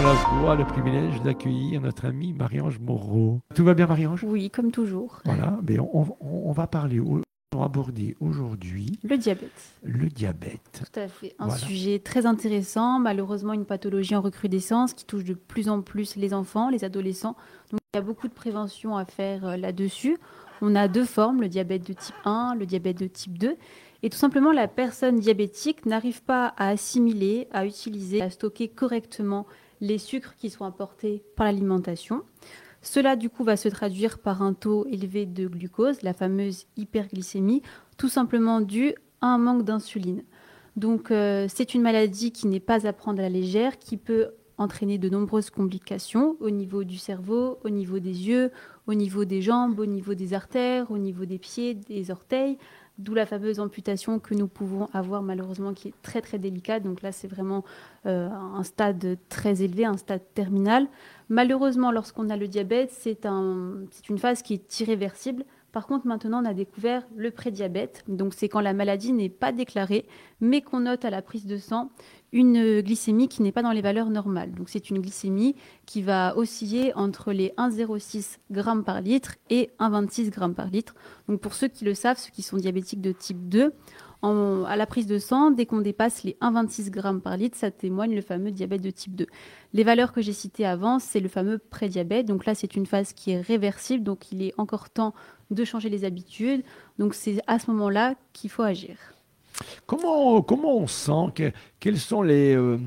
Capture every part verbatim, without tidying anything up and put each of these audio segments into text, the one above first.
la joie, le privilège d'accueillir notre amie Marie-Ange Moreau. Tout va bien, Marie-Ange? Oui, comme toujours. Voilà, mais on, on- on va parler, on va aborder aujourd'hui Le diabète. le diabète. Tout à fait. Un Voilà. sujet très intéressant, malheureusement une pathologie en recrudescence qui touche de plus en plus les enfants, les adolescents. Donc il y a beaucoup de prévention à faire euh, là-dessus. On a deux formes, le diabète de type un, le diabète de type deux. Et tout simplement, la personne diabétique n'arrive pas à assimiler, à utiliser, à stocker correctement les sucres qui sont apportés par l'alimentation. Cela, du coup, va se traduire par un taux élevé de glucose, la fameuse hyperglycémie, tout simplement due à un manque d'insuline. Donc, euh, c'est une maladie qui n'est pas à prendre à la légère, qui peut entraîner de nombreuses complications au niveau du cerveau, au niveau des yeux, au niveau des jambes, au niveau des artères, au niveau des pieds, des orteils, d'où la fameuse amputation que nous pouvons avoir malheureusement qui est très très délicate. Donc là, c'est vraiment euh, un stade très élevé, un stade terminal. Malheureusement, lorsqu'on a le diabète, c'est un, c'est une phase qui est irréversible. Par contre, maintenant, on a découvert le prédiabète. Donc, c'est quand la maladie n'est pas déclarée, mais qu'on note à la prise de sang une glycémie qui n'est pas dans les valeurs normales. Donc, c'est une glycémie qui va osciller entre les un virgule zéro six grammes par litre et un virgule vingt-six grammes par litre. Donc, pour ceux qui le savent, ceux qui sont diabétiques de type deux, en- à la prise de sang, dès qu'on dépasse les un virgule vingt-six grammes par litre, ça témoigne le fameux diabète de type deux. Les valeurs que j'ai citées avant, c'est le fameux prédiabète. Donc là, c'est une phase qui est réversible. Donc, il est encore temps de changer les habitudes. Donc, c'est à ce moment-là qu'il faut agir. Comment, comment on sent que, quels sont les, euh,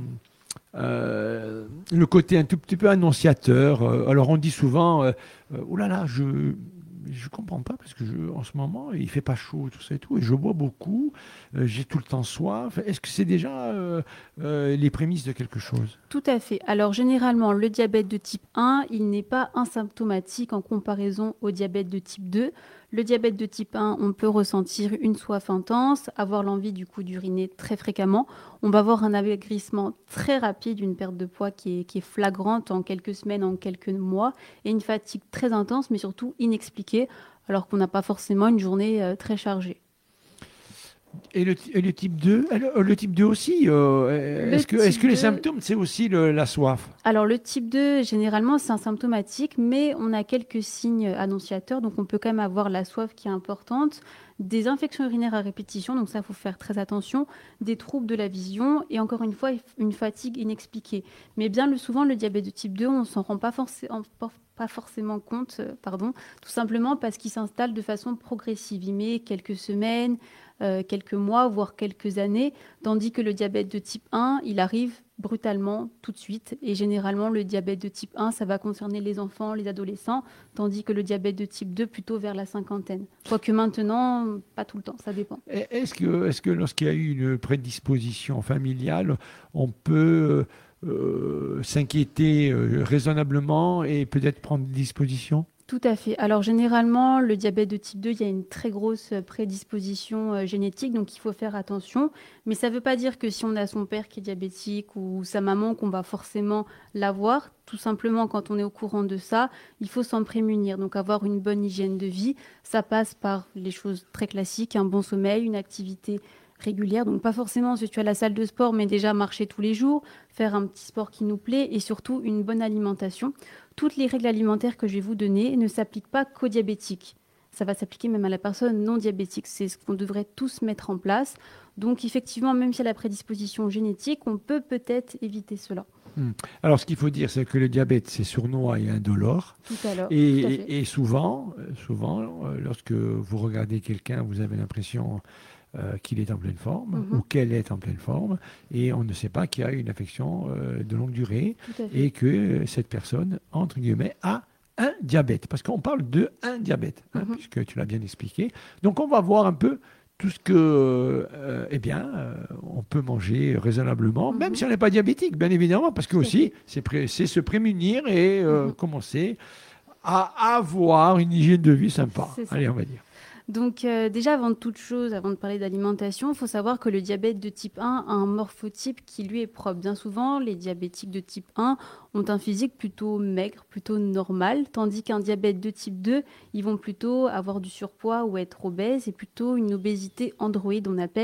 euh, le côté un tout petit peu annonciateur? euh, Alors, on dit souvent, euh, euh, oh là là, je je comprends pas parce que je, en ce moment, il fait pas chaud, tout ça et tout, et je bois beaucoup, euh, j'ai tout le temps soif. Est-ce que c'est déjà euh, euh, les prémices de quelque chose? Tout à fait. Alors, généralement, le diabète de type un, il n'est pas asymptomatique en comparaison au diabète de type deux. Le diabète de type un, on peut ressentir une soif intense, avoir l'envie du coup d'uriner très fréquemment. On va avoir un amaigrissement très rapide, une perte de poids qui est, qui est flagrante en quelques semaines, en quelques mois, et une fatigue très intense, mais surtout inexpliquée, alors qu'on n'a pas forcément une journée euh, très chargée. Et le, et le type deux, euh, le, le type deux aussi, euh, Le est-ce que, est-ce type que les deux, symptômes, c'est aussi le- la soif? Alors, le type deux, généralement, c'est asymptomatique, mais on a quelques signes annonciateurs. Donc, on peut quand même avoir la soif qui est importante, des infections urinaires à répétition, donc ça, il faut faire très attention, des troubles de la vision et encore une fois, une fatigue inexpliquée. Mais bien le, souvent, le diabète de type deux, on ne s'en rend pas, forcément pas forcément compte, euh, pardon, tout simplement parce qu'il s'installe de façon progressive. Il met quelques semaines, euh, quelques mois, voire quelques années, tandis que le diabète de type un, il arrive brutalement tout de suite. Et généralement, le diabète de type un, ça va concerner les enfants, les adolescents, tandis que le diabète de type deux, plutôt vers la cinquantaine. Quoique maintenant, pas tout le temps, ça dépend. Et Est-ce que, est-ce que lorsqu'il y a eu une prédisposition familiale, on peut euh, s'inquiéter euh, raisonnablement et peut-être prendre des dispositions? Tout à fait. Alors généralement, le diabète de type deux, il y a une très grosse prédisposition euh, génétique, donc il faut faire attention. Mais ça ne veut pas dire que si on a son père qui est diabétique ou sa maman, qu'on va forcément l'avoir. Tout simplement, quand on est au courant de ça, il faut s'en prémunir. Donc avoir une bonne hygiène de vie, ça passe par les choses très classiques, un bon sommeil, une activité régulière. Donc pas forcément si tu as la salle de sport, mais déjà marcher tous les jours, faire un petit sport qui nous plaît et surtout une bonne alimentation. Toutes les règles alimentaires que je vais vous donner ne s'appliquent pas qu'aux diabétiques. Ça va s'appliquer même à la personne non diabétique. C'est ce qu'on devrait tous mettre en place. Donc effectivement, même s'il y a la prédisposition génétique, on peut peut-être éviter cela. Hmm. Alors, ce qu'il faut dire, c'est que le diabète, c'est sournois et indolore. Tout à l'heure. Et, Tout à fait. et- et souvent, euh, souvent, euh, lorsque vous regardez quelqu'un, vous avez l'impression euh, qu'il est en pleine forme Mhm. ou qu'elle est en pleine forme, et on ne sait pas qu'il y a une affection euh, de longue durée Tout à fait. et que euh, cette personne, entre guillemets, a un diabète. Parce qu'on parle de un diabète, hein, Mhm. puisque tu l'as bien expliqué. Donc, on va voir un peu tout ce que, euh, eh bien, euh, on peut manger raisonnablement, même Mhm. si on n'est pas diabétique, bien évidemment, parce que Tout à aussi, fait. c'est pré- c'est se prémunir et euh, Mhm. commencer à avoir une hygiène de vie sympa. C'est ça. Allez, on va dire. Donc euh, déjà, avant de toute chose, avant de parler d'alimentation, il faut savoir que le diabète de type un a un morphotype qui lui est propre. Bien souvent, les diabétiques de type un ont un physique plutôt maigre, plutôt normal, tandis qu'un diabète de type deux, ils vont plutôt avoir du surpoids ou être obèses et plutôt une obésité androïde, on appelle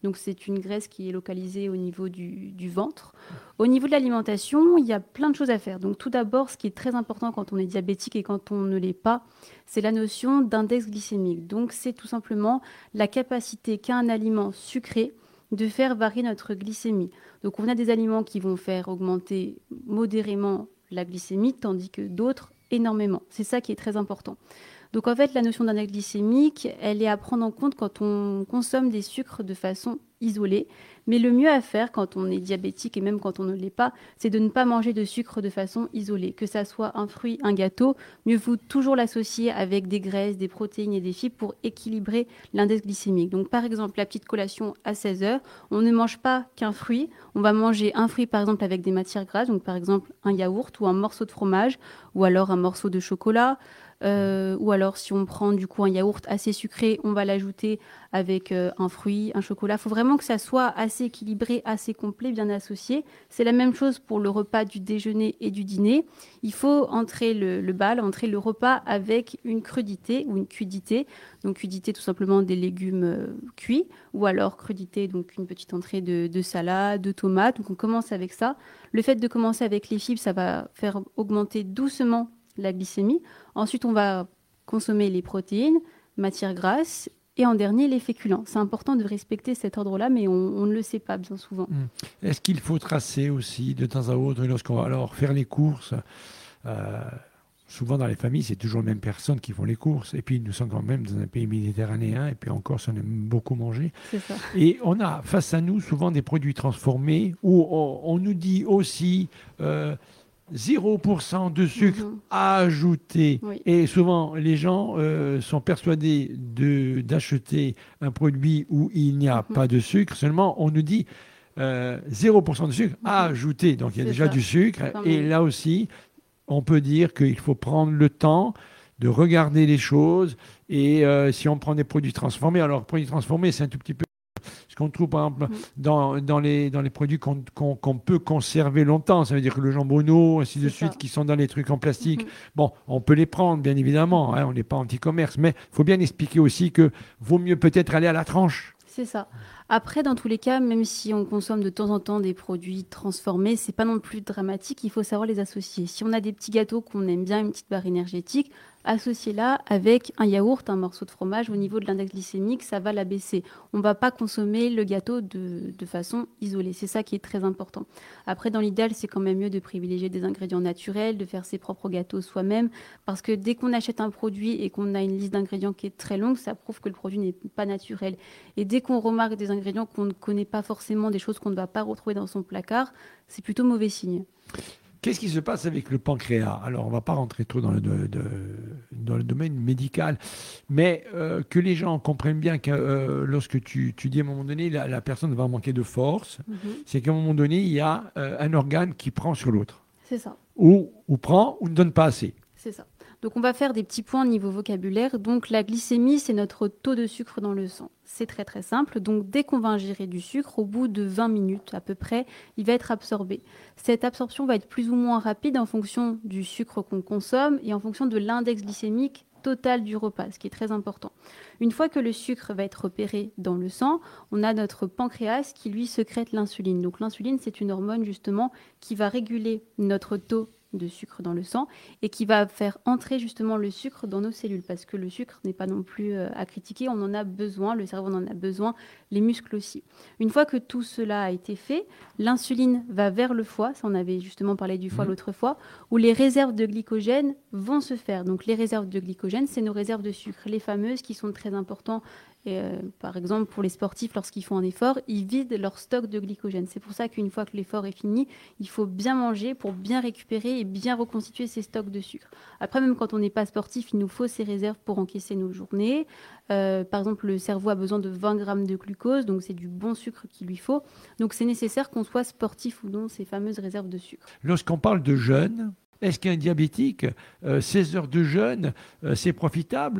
Donc, c'est une graisse qui est localisée au niveau du, du ventre. Au niveau de l'alimentation, il y a plein de choses à faire. Donc, tout d'abord, ce qui est très important quand on est diabétique et quand on ne l'est pas, c'est la notion d'index glycémique. Donc, c'est tout simplement la capacité qu'a un aliment sucré de faire varier notre glycémie. Donc, on a des aliments qui vont faire augmenter modérément la glycémie, tandis que d'autres, énormément. C'est ça qui est très important. Donc, en fait, la notion d'index glycémique, elle est à prendre en compte quand on consomme des sucres de façon isolée. Mais le mieux à faire quand on est diabétique et même quand on ne l'est pas, c'est de ne pas manger de sucre de façon isolée. Que ça soit un fruit, un gâteau, mieux vaut toujours l'associer avec des graisses, des protéines et des fibres pour équilibrer l'index glycémique. Donc, par exemple, la petite collation à seize heures, on ne mange pas qu'un fruit. On va manger un fruit, par exemple, avec des matières grasses, donc par exemple un yaourt ou un morceau de fromage ou alors un morceau de chocolat. Euh, ou alors, si on prend du coup un yaourt assez sucré, on va l'ajouter avec euh, un fruit, un chocolat. Il faut vraiment que ça soit assez équilibré, assez complet, bien associé. C'est la même chose pour le repas du déjeuner et du dîner. Il faut entrer le, le bal, entrer le repas avec une crudité ou une cuidité. Donc, cuidité, tout simplement des légumes euh, cuits, ou alors crudité, donc une petite entrée de, de salade, de tomates. Donc, on commence avec ça. Le fait de commencer avec les fibres, ça va faire augmenter doucement la glycémie. Ensuite, on va consommer les protéines, matières grasses et en dernier, les féculents. C'est important de respecter cet ordre-là, mais on, on ne le sait pas bien souvent. Mmh. Est-ce qu'il faut tracer aussi de temps à autre, lorsqu'on va alors faire les courses euh, souvent dans les familles, c'est toujours les mêmes personnes qui font les courses. Et puis, nous sommes quand même dans un pays méditerranéen, et puis encore, on aime beaucoup manger. C'est ça. Et on a face à nous souvent des produits transformés où on, on nous dit aussi... Euh, zéro pour cent de sucre Mmh. ajouté. Oui. Et souvent, les gens euh, sont persuadés de, d'acheter un produit où il n'y a Mmh. pas de sucre. Seulement, on nous dit euh, zéro pour cent de sucre Mmh. ajouté. Donc, il y a C'est déjà ça. du sucre. Quand Et même. là aussi, on peut dire qu'il faut prendre le temps de regarder les choses. Et euh, si on prend des produits transformés, alors, produits transformés, c'est un tout petit peu ce qu'on trouve, par exemple, Mmh. dans, dans, les, dans les produits qu'on, qu'on, qu'on peut conserver longtemps. Ça veut dire que le jambonneau, ainsi de C'est suite, ça. qui sont dans les trucs en plastique. Mmh. Bon, on peut les prendre, bien évidemment. Hein, on n'est pas anti-commerce. Mais il faut bien expliquer aussi que vaut mieux peut-être aller à la tranche. C'est ça. Après, dans tous les cas, même si on consomme de temps en temps des produits transformés, c'est pas non plus dramatique. Il faut savoir les associer. Si on a des petits gâteaux qu'on aime bien, une petite barre énergétique, associez-la avec un yaourt, un morceau de fromage. Au niveau de l'index glycémique, ça va l'abaisser. On ne va pas consommer le gâteau de, de façon isolée. C'est ça qui est très important. Après, dans l'idéal, c'est quand même mieux de privilégier des ingrédients naturels, de faire ses propres gâteaux soi-même. Parce que dès qu'on achète un produit et qu'on a une liste d'ingrédients qui est très longue, ça prouve que le produit n'est pas naturel. Et dès qu'on remarque des ingrédients qu'on ne connaît pas forcément, des choses qu'on ne va pas retrouver dans son placard, c'est plutôt mauvais signe. Qu'est-ce qui se passe avec le pancréas? Alors, on ne va pas rentrer trop dans le, de, de, dans le domaine médical, mais euh, que les gens comprennent bien que euh, lorsque tu, tu dis à un moment donné, la, la personne va manquer de force, Mm-hmm. c'est qu'à un moment donné, il y a euh, un organe qui prend sur l'autre. C'est ça. Ou, ou prend ou ne donne pas assez. C'est ça. Donc, on va faire des petits points au niveau vocabulaire. Donc, la glycémie, c'est notre taux de sucre dans le sang. C'est très, très simple. Donc, dès qu'on va ingérer du sucre, au bout de vingt minutes à peu près, il va être absorbé. Cette absorption va être plus ou moins rapide en fonction du sucre qu'on consomme et en fonction de l'index glycémique total du repas, ce qui est très important. Une fois que le sucre va être repéré dans le sang, on a notre pancréas qui, lui, sécrète l'insuline. Donc, l'insuline, c'est une hormone, justement, qui va réguler notre taux de sucre dans le sang et qui va faire entrer justement le sucre dans nos cellules parce que le sucre n'est pas non plus euh, à critiquer, on en a besoin, le cerveau en a besoin, les muscles aussi. Une fois que tout cela a été fait, l'insuline va vers le foie, ça on avait justement parlé du foie mmh. l'autre fois, où les réserves de glycogène vont se faire. Donc les réserves de glycogène, c'est nos réserves de sucre, les fameuses qui sont très importantes. Et euh, par exemple, pour les sportifs, lorsqu'ils font un effort, ils vident leur stock de glycogène. C'est pour ça qu'une fois que l'effort est fini, il faut bien manger pour bien récupérer et bien reconstituer ces stocks de sucre. Après, même quand on n'est pas sportif, il nous faut ces réserves pour encaisser nos journées. Euh, par exemple, le cerveau a besoin de vingt grammes de glucose, donc c'est du bon sucre qu'il lui faut. Donc c'est nécessaire qu'on soit sportif ou non, ces fameuses réserves de sucre. Lorsqu'on parle de jeûne, est-ce qu'un diabétique, euh, seize heures de jeûne, euh, c'est profitable?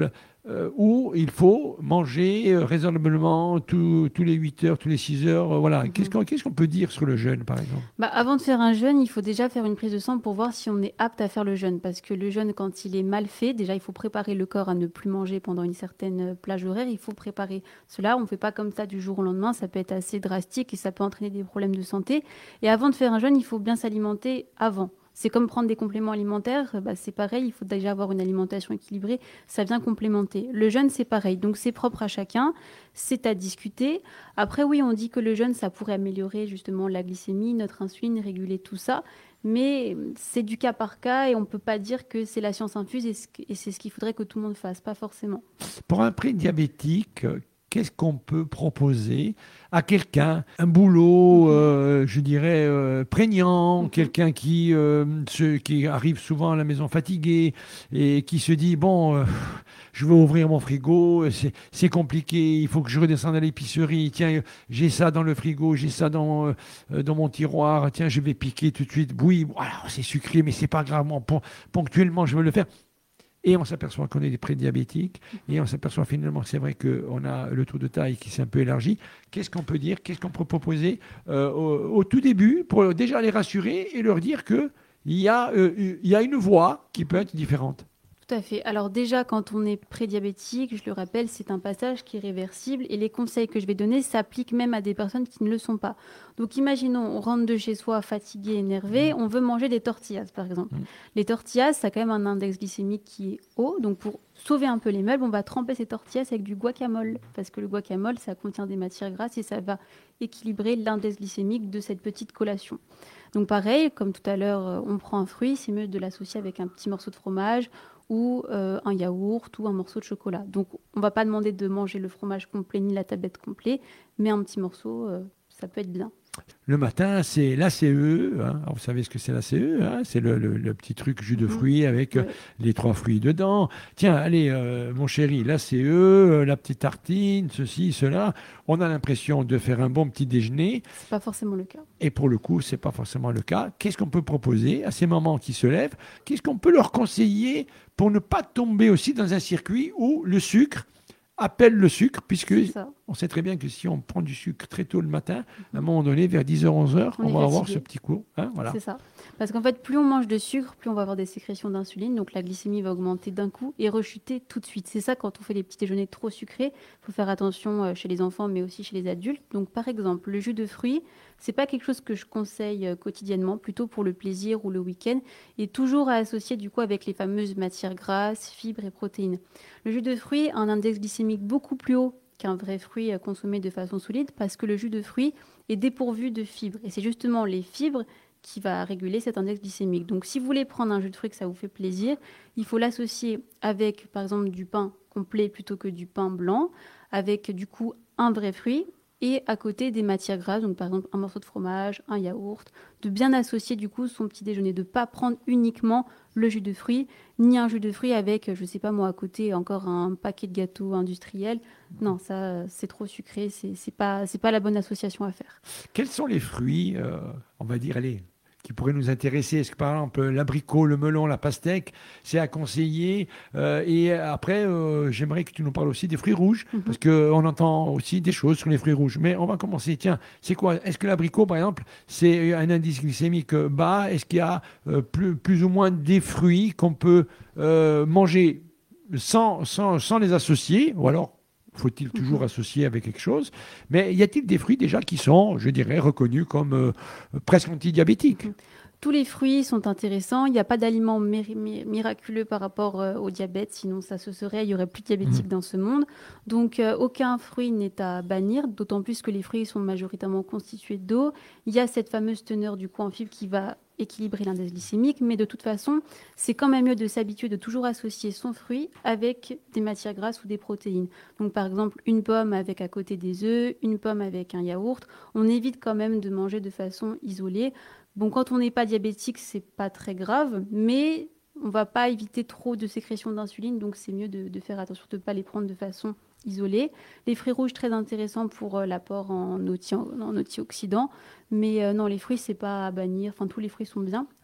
euh, ou il faut manger euh, raisonnablement tous tous les huit heures, tous les six heures. euh, voilà. Qu'est-ce Mhm. qu'on qu'est-ce qu'on peut dire sur le jeûne, par exemple? Bah, avant de faire un jeûne, il faut déjà faire une prise de sang pour voir si on est apte à faire le jeûne. Parce que le jeûne, quand il est mal fait, déjà, il faut préparer le corps à ne plus manger pendant une certaine plage horaire. Il faut préparer cela. On ne fait pas comme ça du jour au lendemain. Ça peut être assez drastique et ça peut entraîner des problèmes de santé. Et avant de faire un jeûne, il faut bien s'alimenter avant. C'est comme prendre des compléments alimentaires, bah, c'est pareil, il faut déjà avoir une alimentation équilibrée, ça vient complémenter. Le jeûne, c'est pareil, donc c'est propre à chacun, c'est à discuter. Après, oui, on dit que le jeûne, ça pourrait améliorer justement la glycémie, notre insuline, réguler tout ça. Mais c'est du cas par cas et on ne peut pas dire que c'est la science infuse et, ce que- et c'est ce qu'il faudrait que tout le monde fasse, pas forcément. Pour un prédiabétique, euh, qu'est-ce qu'on peut proposer à quelqu'un? Un boulot, Mhm, euh, je dirais, euh, prégnant, mhm. quelqu'un qui, euh, se- qui arrive souvent à la maison fatigué et qui se dit, bon, euh, je vais ouvrir mon frigo, c'est, c'est compliqué, il faut que je redescende à l'épicerie, tiens, j'ai ça dans le frigo, j'ai ça dans, euh, euh, dans mon tiroir, tiens, je vais piquer tout de suite. Oui, bon, alors, c'est sucré, mais c'est pas grave, bon, pon- ponctuellement, je vais le faire. Et on s'aperçoit qu'on est des prédiabétiques, et on s'aperçoit finalement que c'est vrai qu'on a le trou de taille qui s'est un peu élargi. Qu'est-ce qu'on peut dire, qu'est-ce qu'on peut proposer euh, au, au tout début pour déjà les rassurer et leur dire qu'il y, a, euh, il y a une voie qui peut être différente? Tout à fait. Alors déjà, quand on est prédiabétique, je le rappelle, c'est un passage qui est réversible et les conseils que je vais donner s'appliquent même à des personnes qui ne le sont pas. Donc imaginons, on rentre de chez soi fatigué, énervé, Mm, on veut manger des tortillas par exemple. mm. Les tortillas, ça a quand même un index glycémique qui est haut, donc pour sauver un peu les meubles, on va tremper ces tortillas avec du guacamole parce que le guacamole, ça contient des matières grasses et ça va équilibrer l'index glycémique de cette petite collation. Donc pareil, comme tout à l'heure, euh, on prend un fruit, c'est mieux de l'associer avec un petit morceau de fromage ou euh, un yaourt ou un morceau de chocolat. Donc on ne va pas demander de manger le fromage complet ni la tablette complète, mais un petit morceau, euh, ça peut être bien. Le matin, c'est l'A C E. Hein. Alors, vous savez ce que c'est l'A C E, hein? C'est le, le- le petit truc jus de Mhm. fruits avec euh, Ouais. les trois fruits dedans. Tiens, allez, euh, mon chéri, l'A C E, euh, la petite tartine, ceci, cela. On a l'impression de faire un bon petit déjeuner. C'est pas forcément le cas. Et pour le coup, ce n'est pas forcément le cas. Qu'est-ce qu'on peut proposer à ces mamans qui se lèvent? Qu'est-ce qu'on peut leur conseiller pour ne pas tomber aussi dans un circuit où le sucre appelle le sucre, puisque C'est ça. on sait très bien que si on prend du sucre très tôt le matin, à un Mhm. moment donné, vers dix heures, onze heures, On on est va avoir ce fatigué. petit coup. Hein, voilà. C'est ça. Parce qu'en fait, plus on mange de sucre, plus on va avoir des sécrétions d'insuline. Donc la glycémie va augmenter d'un coup et rechuter tout de suite. C'est ça quand on fait des petits déjeuners trop sucrés. Il faut faire attention euh, chez les enfants, mais aussi chez les adultes. Donc par exemple, le jus de fruits, c'est pas quelque chose que je conseille euh, quotidiennement, plutôt pour le plaisir ou le week-end, et toujours à associer du coup avec les fameuses matières grasses, fibres et protéines. Le jus de fruits a un index glycémique beaucoup plus haut qu'un vrai fruit euh, consommé de façon solide parce que le jus de fruits est dépourvu de fibres. Et c'est justement les fibres qui va réguler cet index glycémique. Donc si vous voulez prendre un jus de fruits que ça vous fait plaisir, il faut l'associer avec par exemple du pain complet plutôt que du pain blanc, avec du coup un vrai fruit et à côté des matières grasses, donc par exemple un morceau de fromage, un yaourt, de bien associer du coup son petit déjeuner, de ne pas prendre uniquement le jus de fruits, ni un jus de fruits avec, je sais pas moi, à côté encore un paquet de gâteaux industriels. Non, ça c'est trop sucré, c'est c'est pas, c'est pas la bonne association à faire. Quels sont les fruits, euh, on va dire, allez, qui pourraient nous intéresser? Est-ce que par exemple l'abricot, le melon, la pastèque, c'est à conseiller? Euh, Et après, euh, j'aimerais que tu nous parles aussi des fruits rouges, Mhm. parce qu'on entend aussi des choses sur les fruits rouges. Mais on va commencer. Tiens, c'est quoi? Est-ce que l'abricot, par exemple, c'est un indice glycémique euh, bas? Est-ce qu'il y a euh, plus, plus ou moins des fruits qu'on peut euh, manger sans, sans, sans les associer? Ou alors faut-il toujours Mhm. associer avec quelque chose? Mais y a-t-il des fruits déjà qui sont, je dirais, reconnus comme euh, presque antidiabétiques? Mhm. Tous les fruits sont intéressants. Il n'y a pas d'aliment méri- mi- miraculeux par rapport euh, au diabète, sinon ça se serait, il y aurait plus de Mhm. diabétiques dans ce monde. Donc euh, aucun fruit n'est à bannir, d'autant plus que les fruits sont majoritairement constitués d'eau. Il y a cette fameuse teneur du coup en fibres qui va équilibrer l'index glycémique, mais de toute façon, c'est quand même mieux de s'habituer de toujours associer son fruit avec des matières grasses ou des protéines. Donc par exemple, une pomme avec à côté des œufs, une pomme avec un yaourt. On évite quand même de manger de façon isolée. Bon, quand on n'est pas diabétique, c'est pas très grave, mais on va pas éviter trop de sécrétion d'insuline, donc c'est mieux de, de faire attention de ne pas les prendre de façon isolée. Les fruits rouges, très intéressants pour euh, l'apport en, anti- en antioxydants, mais euh, non, les fruits, c'est pas à bannir. Enfin, tous les fruits sont bien.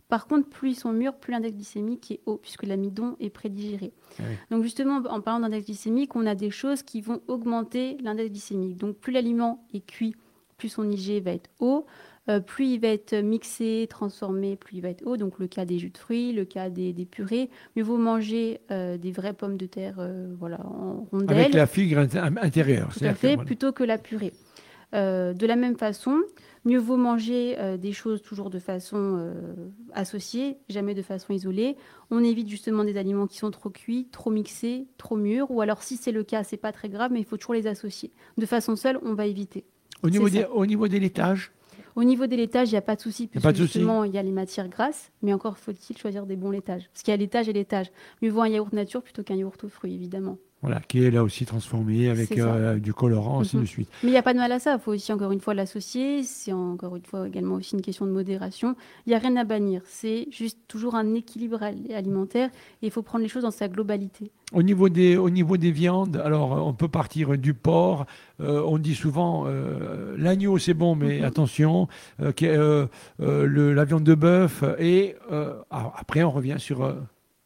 Par contre, plus ils sont mûrs, plus l'index glycémique est haut, puisque l'amidon est prédigéré. Ah oui. Donc justement, en parlant d'index glycémique, on a des choses qui vont augmenter l'index glycémique. Donc plus l'aliment est cuit, plus son I G va être haut. Euh, plus il va être mixé, transformé, plus il va être haut. Donc le cas des jus de fruits, le cas des, des purées. Mieux vaut manger euh, des vraies pommes de terre euh, voilà, en rondelles. Avec la fibre intérieure. Tout à fait, voilà. Plutôt que la purée. Euh, de la même façon, mieux vaut manger euh, des choses toujours de façon euh, associée, jamais de façon isolée. On évite justement des aliments qui sont trop cuits, trop mixés, trop mûrs. Ou alors si c'est le cas, c'est pas très grave, mais il faut toujours les associer. De façon seule, on va éviter. Au niveau, des, au niveau des laitages? Au niveau des laitages, il n'y a pas de souci, puisque pas de justement, souci. il y a les matières grasses, mais encore faut-il choisir des bons laitages. Parce qu'il y a laitage et laitage. Mieux vaut un yaourt nature plutôt qu'un yaourt aux fruits, évidemment. Voilà, qui est là aussi transformé avec euh, du colorant, ainsi mm-hmm. de suite. Mais il n'y a pas de mal à ça, il faut aussi encore une fois l'associer, c'est encore une fois également aussi une question de modération. Il n'y a rien à bannir, c'est juste toujours un équilibre alimentaire et il faut prendre les choses dans sa globalité. Au niveau des, au niveau des viandes, alors on peut partir du porc, euh, on dit souvent euh, l'agneau c'est bon, mais mm-hmm. attention, euh, euh, euh, le, la viande de bœuf, et euh, après on revient sur... Euh,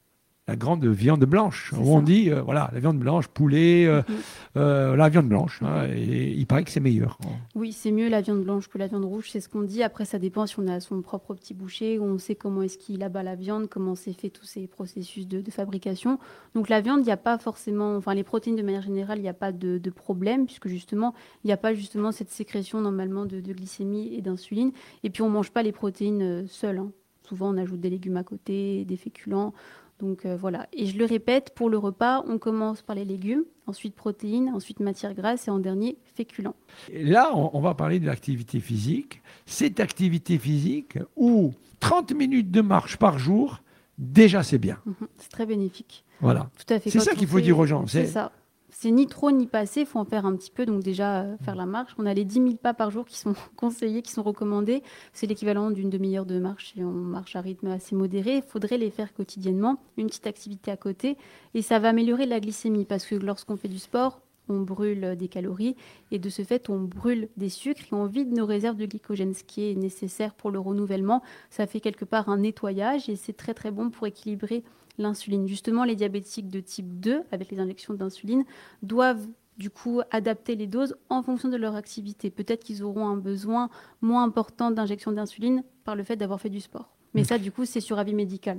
la grande viande blanche, où on dit, euh, voilà, la viande blanche, poulet, euh, mm-hmm. euh, la viande blanche, hein, et il paraît que c'est meilleur. Oui, c'est mieux la viande blanche que la viande rouge, c'est ce qu'on dit. Après, ça dépend si on a son propre petit boucher, où on sait comment est-ce qu'il abat la viande, comment c'est fait tous ces processus de, de fabrication. Donc la viande, il n'y a pas forcément, enfin les protéines de manière générale, il n'y a pas de, de problème, puisque justement, il n'y a pas justement cette sécrétion normalement de, de glycémie et d'insuline. Et puis on ne mange pas les protéines seules, hein. Souvent, on ajoute des légumes à côté, des féculents. Donc euh, voilà, et je le répète, pour le repas, on commence par les légumes, ensuite protéines, ensuite matières grasses et en dernier féculents. Et là, on, on va parler de l'activité physique. Cette activité physique où trente minutes de marche par jour, déjà c'est bien. Mmh, c'est très bénéfique. Voilà. Tout à fait. C'est ça qu'il faut fait, dire aux gens. C'est, c'est ça. C'est ni trop ni pas assez, il faut en faire un petit peu. Donc déjà, euh, faire la marche. On a les dix mille pas par jour qui sont conseillés, qui sont recommandés. C'est l'équivalent d'une demi-heure de marche et on marche à rythme assez modéré. Il faudrait les faire quotidiennement, une petite activité à côté. Et ça va améliorer la glycémie parce que lorsqu'on fait du sport, on brûle des calories et de ce fait, on brûle des sucres et on vide nos réserves de glycogène, ce qui est nécessaire pour le renouvellement. Ça fait quelque part un nettoyage et c'est très très bon pour équilibrer l'insuline. Justement, les diabétiques de type deux, avec les injections d'insuline, doivent du coup adapter les doses en fonction de leur activité. Peut-être qu'ils auront un besoin moins important d'injection d'insuline par le fait d'avoir fait du sport. Mais ça, du coup, c'est sur avis médical.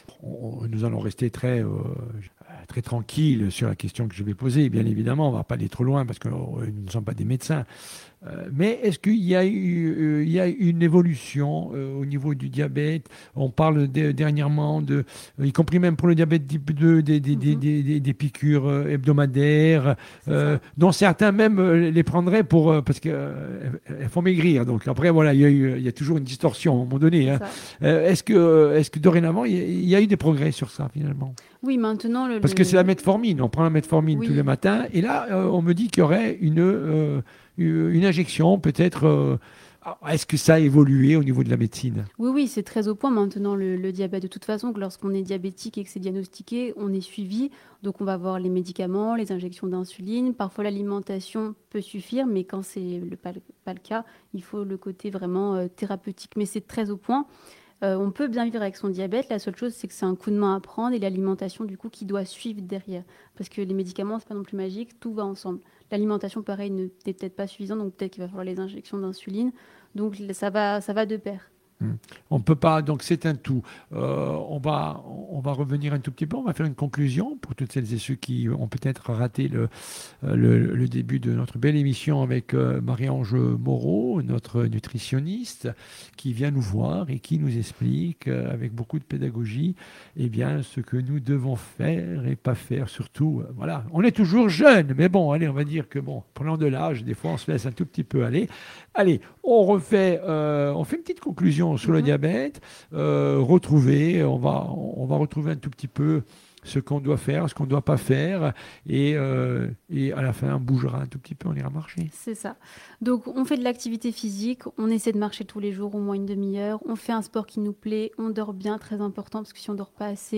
On, nous allons rester très, euh, très tranquilles sur la question que je vais poser. Bien évidemment, on ne va pas aller trop loin parce que euh, nous ne sommes pas des médecins. Euh, mais est-ce qu'il y a eu euh, il y a une évolution euh, au niveau du diabète? On parle de, dernièrement, de, euh, y compris même pour le diabète type deux, des, des, mm-hmm. des, des, des, des piqûres euh, hebdomadaires, euh, dont certains même euh, les prendraient pour, euh, parce qu'elles euh, font maigrir. Donc après, voilà, il y a, eu, il y a toujours une distorsion à un moment donné. Hein. Euh, est-ce, que, est-ce que dorénavant, il y, a, il y a eu des progrès sur ça finalement? Oui, maintenant... Le, parce le... que c'est la metformine. On prend la metformine oui. tous les matins. Et là, euh, on me dit qu'il y aurait une... Euh, une injection, peut-être. Euh, est-ce que ça a évolué au niveau de la médecine? Oui, oui, c'est très au point maintenant le, le diabète. De toute façon, que lorsqu'on est diabétique et que c'est diagnostiqué, on est suivi. Donc, on va avoir les médicaments, les injections d'insuline. Parfois, l'alimentation peut suffire, mais quand c'est le, pas, pas le cas, il faut le côté vraiment euh, thérapeutique. Mais c'est très au point. Euh, on peut bien vivre avec son diabète. La seule chose, c'est que c'est un coup de main à prendre et l'alimentation, du coup, qui doit suivre derrière. Parce que les médicaments, c'est pas non plus magique, tout va ensemble. L'alimentation, pareil, n'est peut-être pas suffisante, donc peut-être qu'il va falloir les injections d'insuline. Donc, ça va, ça va de pair. On ne peut pas, donc c'est un tout. Euh, on, va, on va revenir un tout petit peu, on va faire une conclusion pour toutes celles et ceux qui ont peut-être raté le, le, le début de notre belle émission avec euh, Marie-Ange Moreau, notre nutritionniste, qui vient nous voir et qui nous explique euh, avec beaucoup de pédagogie eh bien, ce que nous devons faire et pas faire. Surtout, euh, voilà, on est toujours jeune, mais bon, allez, on va dire que bon, prenant de l'âge, des fois on se laisse un tout petit peu aller. Allez, on refait, euh, on fait une petite conclusion sur le diabète, euh, retrouver, on va, on va retrouver un tout petit peu ce qu'on doit faire, ce qu'on ne doit pas faire, et, euh, et à la fin, on bougera un tout petit peu, on ira marcher. C'est ça. Donc, on fait de l'activité physique, on essaie de marcher tous les jours, au moins une demi-heure, on fait un sport qui nous plaît, on dort bien, très important, parce que si on ne dort pas assez,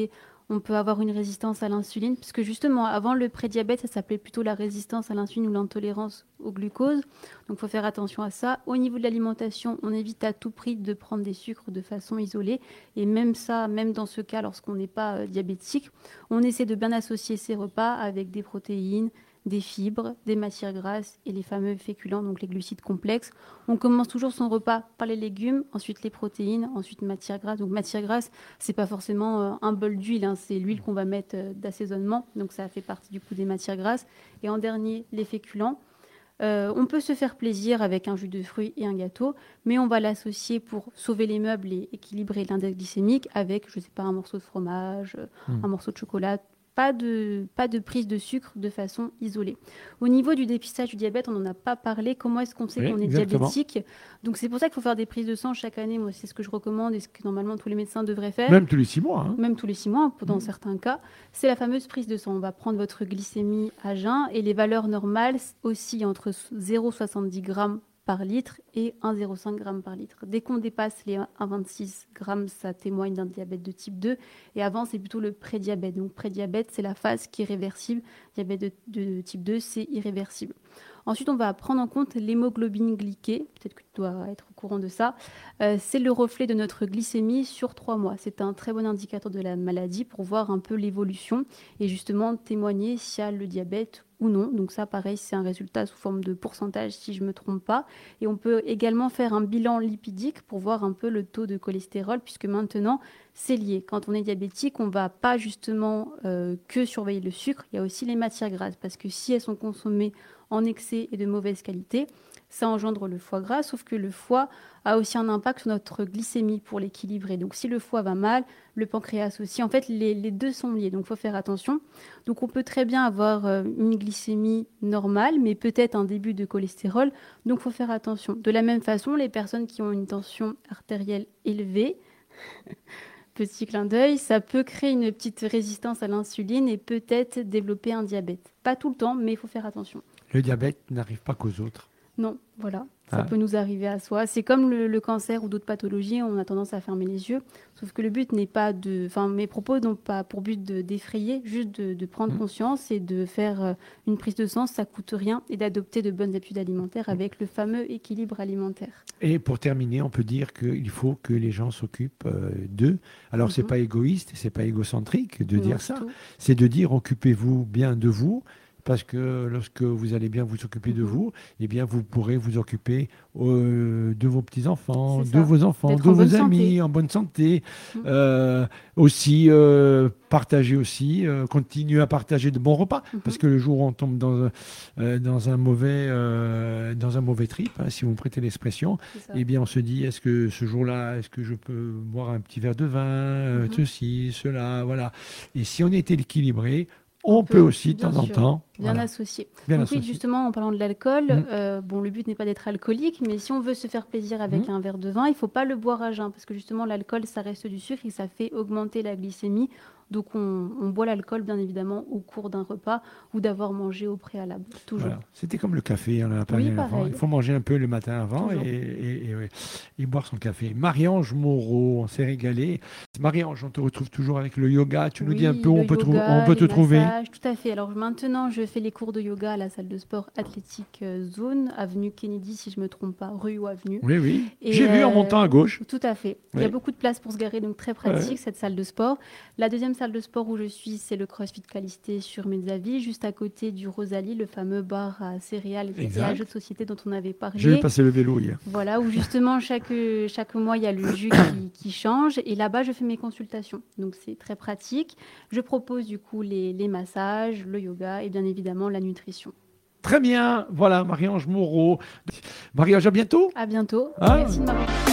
On peut avoir une résistance à l'insuline, puisque justement, avant le prédiabète, ça s'appelait plutôt la résistance à l'insuline ou l'intolérance au glucose. Donc, il faut faire attention à ça. Au niveau de l'alimentation, on évite à tout prix de prendre des sucres de façon isolée. Et même ça, même dans ce cas, lorsqu'on n'est pas euh, diabétique, on essaie de bien associer ces repas avec des protéines, des fibres, des matières grasses et les fameux féculents, donc les glucides complexes. On commence toujours son repas par les légumes, ensuite les protéines, ensuite matières grasses. Donc matières grasses, c'est pas forcément euh, un bol d'huile, hein, c'est l'huile qu'on va mettre euh, d'assaisonnement, donc ça fait partie du coup des matières grasses. Et en dernier, les féculents. Euh, on peut se faire plaisir avec un jus de fruits et un gâteau, mais on va l'associer pour sauver les meubles et équilibrer l'index glycémique avec, je sais pas, un morceau de fromage, mmh. un morceau de chocolat. Pas de, pas de prise de sucre de façon isolée. Au niveau du dépistage du diabète, on n'en a pas parlé. Comment est-ce qu'on sait oui, qu'on est exactement. diabétique? Donc c'est pour ça qu'il faut faire des prises de sang chaque année. Moi, c'est ce que je recommande et ce que normalement tous les médecins devraient faire. Même tous les six mois. Hein. Même tous les six mois, dans mmh. certains cas. C'est la fameuse prise de sang. On va prendre votre glycémie à jeun et les valeurs normales oscillent entre zéro virgule soixante-dix grammes par litre et un virgule zéro cinq grammes par litre. Dès qu'on dépasse les un virgule vingt-six grammes, ça témoigne d'un diabète de type deux. Et avant, c'est plutôt le prédiabète. Donc, prédiabète, c'est la phase qui est réversible. Diabète de, de type deux, c'est irréversible. Ensuite, on va prendre en compte l'hémoglobine glyquée. Peut-être que tu dois être au courant de ça. Euh, c'est le reflet de notre glycémie sur trois mois. C'est un très bon indicateur de la maladie pour voir un peu l'évolution et justement témoigner s'il y a le diabète ou non. Donc ça, pareil, c'est un résultat sous forme de pourcentage si je ne me trompe pas. Et on peut également faire un bilan lipidique pour voir un peu le taux de cholestérol, puisque maintenant, c'est lié. Quand on est diabétique, on ne va pas justement euh, que surveiller le sucre, il y a aussi les matières grasses, parce que si elles sont consommées en excès et de mauvaise qualité, ça engendre le foie gras, sauf que le foie a aussi un impact sur notre glycémie pour l'équilibrer. Donc si le foie va mal, le pancréas aussi. En fait, les, les deux sont liés, donc il faut faire attention. Donc on peut très bien avoir euh, une glycémie normale, mais peut-être un début de cholestérol, donc il faut faire attention. De la même façon, les personnes qui ont une tension artérielle élevée, petit clin d'œil, ça peut créer une petite résistance à l'insuline et peut-être développer un diabète. Pas tout le temps, mais il faut faire attention. Le diabète n'arrive pas qu'aux autres. Non, voilà, ça ah. peut nous arriver à soi. C'est comme le, le cancer ou d'autres pathologies, on a tendance à fermer les yeux. Sauf que le but n'est pas de... Enfin, mes propos n'ont pas pour but de, d'effrayer, juste de, de prendre mmh. conscience et de faire euh, une prise de sang, ça ne coûte rien, et d'adopter de bonnes habitudes alimentaires avec le fameux équilibre alimentaire. Et pour terminer, on peut dire qu'il faut que les gens s'occupent euh, d'eux. Alors, mmh. ce n'est pas égoïste, ce n'est pas égocentrique de non, dire ça. Tout. C'est de dire, occupez-vous bien de vous. Parce que lorsque vous allez bien vous occuper de vous, eh bien vous pourrez vous occuper euh, de vos petits-enfants, de vos enfants, D'être de vos amis, santé. en bonne santé. Mmh. Euh, aussi, euh, partager aussi, euh, continuer à partager de bons repas. Mmh. Parce que le jour où on tombe dans, euh, dans, un, mauvais, euh, dans un mauvais trip, hein, si vous me prêtez l'expression, eh bien on se dit, est-ce que ce jour-là, est-ce que je peux boire un petit verre de vin, euh, mmh. ceci, cela, voilà. Et si on était équilibré, On, on peut, peut aussi, de temps en temps, bien voilà. associer. Bien Donc associé. Oui, justement, en parlant de l'alcool, mmh. euh, bon, le but n'est pas d'être alcoolique, mais si on veut se faire plaisir avec mmh. un verre de vin, il ne faut pas le boire à jeun, parce que justement, l'alcool, ça reste du sucre et ça fait augmenter la glycémie. Donc, on, on boit l'alcool, bien évidemment, au cours d'un repas ou d'avoir mangé au préalable, toujours. Voilà. C'était comme le café, on en a parlé oui, avant. Il faut manger un peu le matin avant et, et, et, et boire son café. Marie-Ange Moreau, on s'est régalé. Marie-Ange, on te retrouve toujours avec le yoga. Tu oui, nous dis un peu où on peut, trou- on peut te massages, trouver. Tout à fait. Alors, maintenant, je fais les cours de yoga à la salle de sport Athlétique Zone, avenue Kennedy, si je ne me trompe pas, rue ou avenue. Oui, oui. Et J'ai euh, vu en montant à gauche. Tout à fait. Oui. Il y a beaucoup de place pour se garer, donc très pratique, ouais. cette salle de sport. La deuxième salle de sport où je suis, c'est le CrossFit Calisté sur Mezzavi, juste à côté du Rosalie, le fameux bar à céréales et à jeux de société dont on avait parlé. J'ai passé le vélo hier. Voilà, où justement, chaque, chaque mois, il y a le jus qui, qui change. Et là-bas, je fais mes consultations. Donc, c'est très pratique. Je propose du coup les, les massages, le yoga et bien évidemment la nutrition. Très bien. Voilà, Marie-Ange Moreau. Marie-Ange, à bientôt. À bientôt. Ah. Merci de m'avoir.